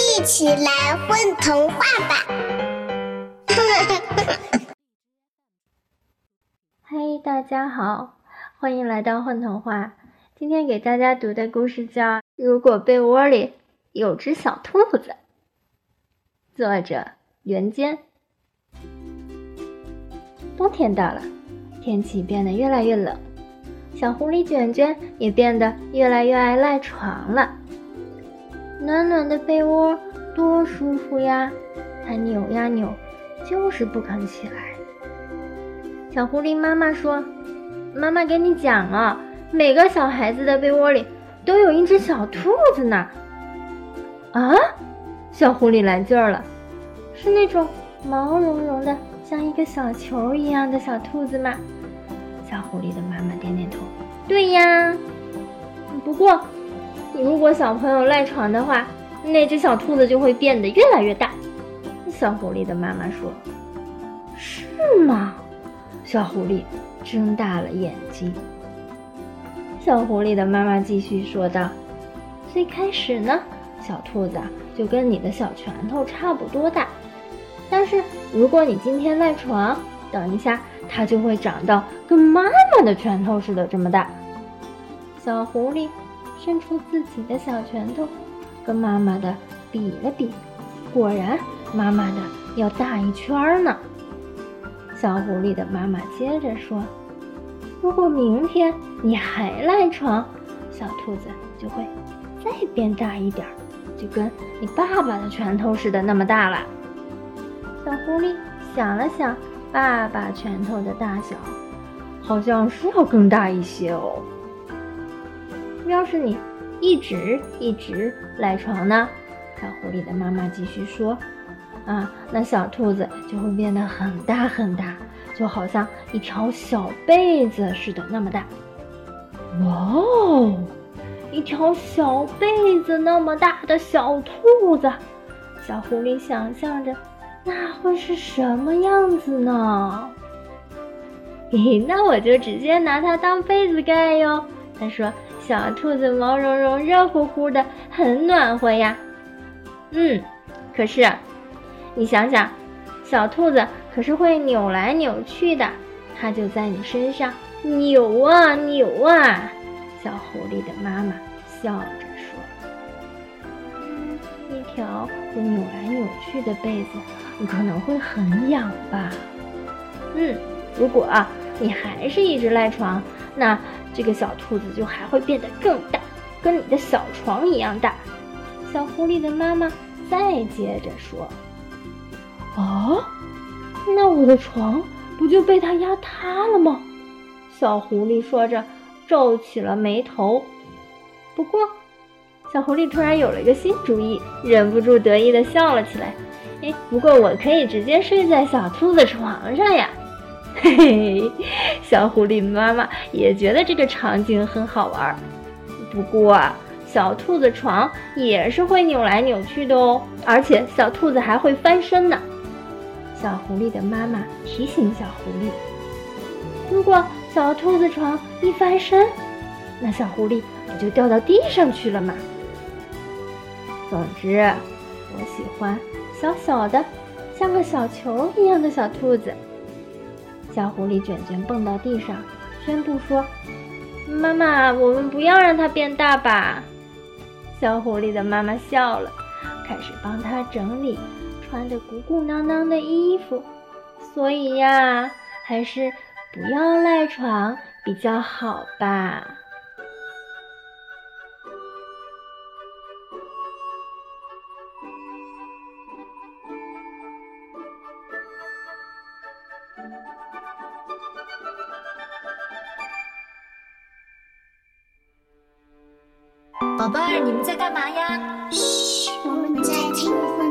一起来混童话吧！ 嘿，大家好，欢迎来到混童话。今天给大家读的故事叫《如果被窝里有只小兔子》，作者袁坚。冬天到了，天气变得越来越冷，小狐狸卷卷也变得越来越爱赖床了。暖暖的被窝多舒服呀，它扭呀扭，就是不肯起来。小狐狸妈妈说：“妈妈给你讲啊，每个小孩子的被窝里都有一只小兔子呢。”啊，小狐狸来劲儿了，是那种毛茸茸的像一个小球一样的小兔子吗？小狐狸的妈妈点点头，对呀。不过如果小朋友赖床的话，那只小兔子就会变得越来越大。小狐狸的妈妈说：“是吗？”小狐狸睁大了眼睛。小狐狸的妈妈继续说道：“最开始呢，小兔子就跟你的小拳头差不多大，但是如果你今天赖床，等一下它就会长到跟妈妈的拳头似的这么大。”小狐狸伸出自己的小拳头，跟妈妈的比了比，果然妈妈的要大一圈呢。小狐狸的妈妈接着说：“如果明天你还赖床，小兔子就会再变大一点，就跟你爸爸的拳头似的那么大了。”小狐狸想了想，爸爸拳头的大小好像是要更大一些哦。要是你一直赖床呢，小狐狸的妈妈继续说，那小兔子就会变得很大很大，就好像一条小被子似的那么大。哇哦，一条小被子那么大的小兔子，小狐狸想象着那会是什么样子呢？那我就直接拿它当被子盖哟。他说，小兔子毛茸茸热乎乎的，很暖和呀。可是你想想，小兔子可是会扭来扭去的，它就在你身上扭啊扭啊。小狐狸的妈妈笑着说：“一条会扭来扭去的被子可能会很痒吧？如果你还是一直赖床，那这个小兔子就还会变得更大，跟你的小床一样大。”小狐狸的妈妈再接着说：“那我的床不就被它压塌了吗？”小狐狸说着皱起了眉头。不过小狐狸突然有了一个新主意，忍不住得意地笑了起来。不过我可以直接睡在小兔子床上呀。嘿嘿，小狐狸妈妈也觉得这个场景很好玩。不过小兔子床也是会扭来扭去的哦，而且小兔子还会翻身呢。小狐狸的妈妈提醒小狐狸，如果小兔子床一翻身，那小狐狸不就掉到地上去了吗？总之，我喜欢小小的像个小球一样的小兔子。小狐狸卷卷蹦到地上，宣布说：“妈妈，我们不要让它变大吧？”小狐狸的妈妈笑了，开始帮它整理穿着鼓鼓囊囊的衣服。所以呀，还是不要赖床比较好吧。 宝贝儿，你们在干嘛呀？ 嘘，我们在听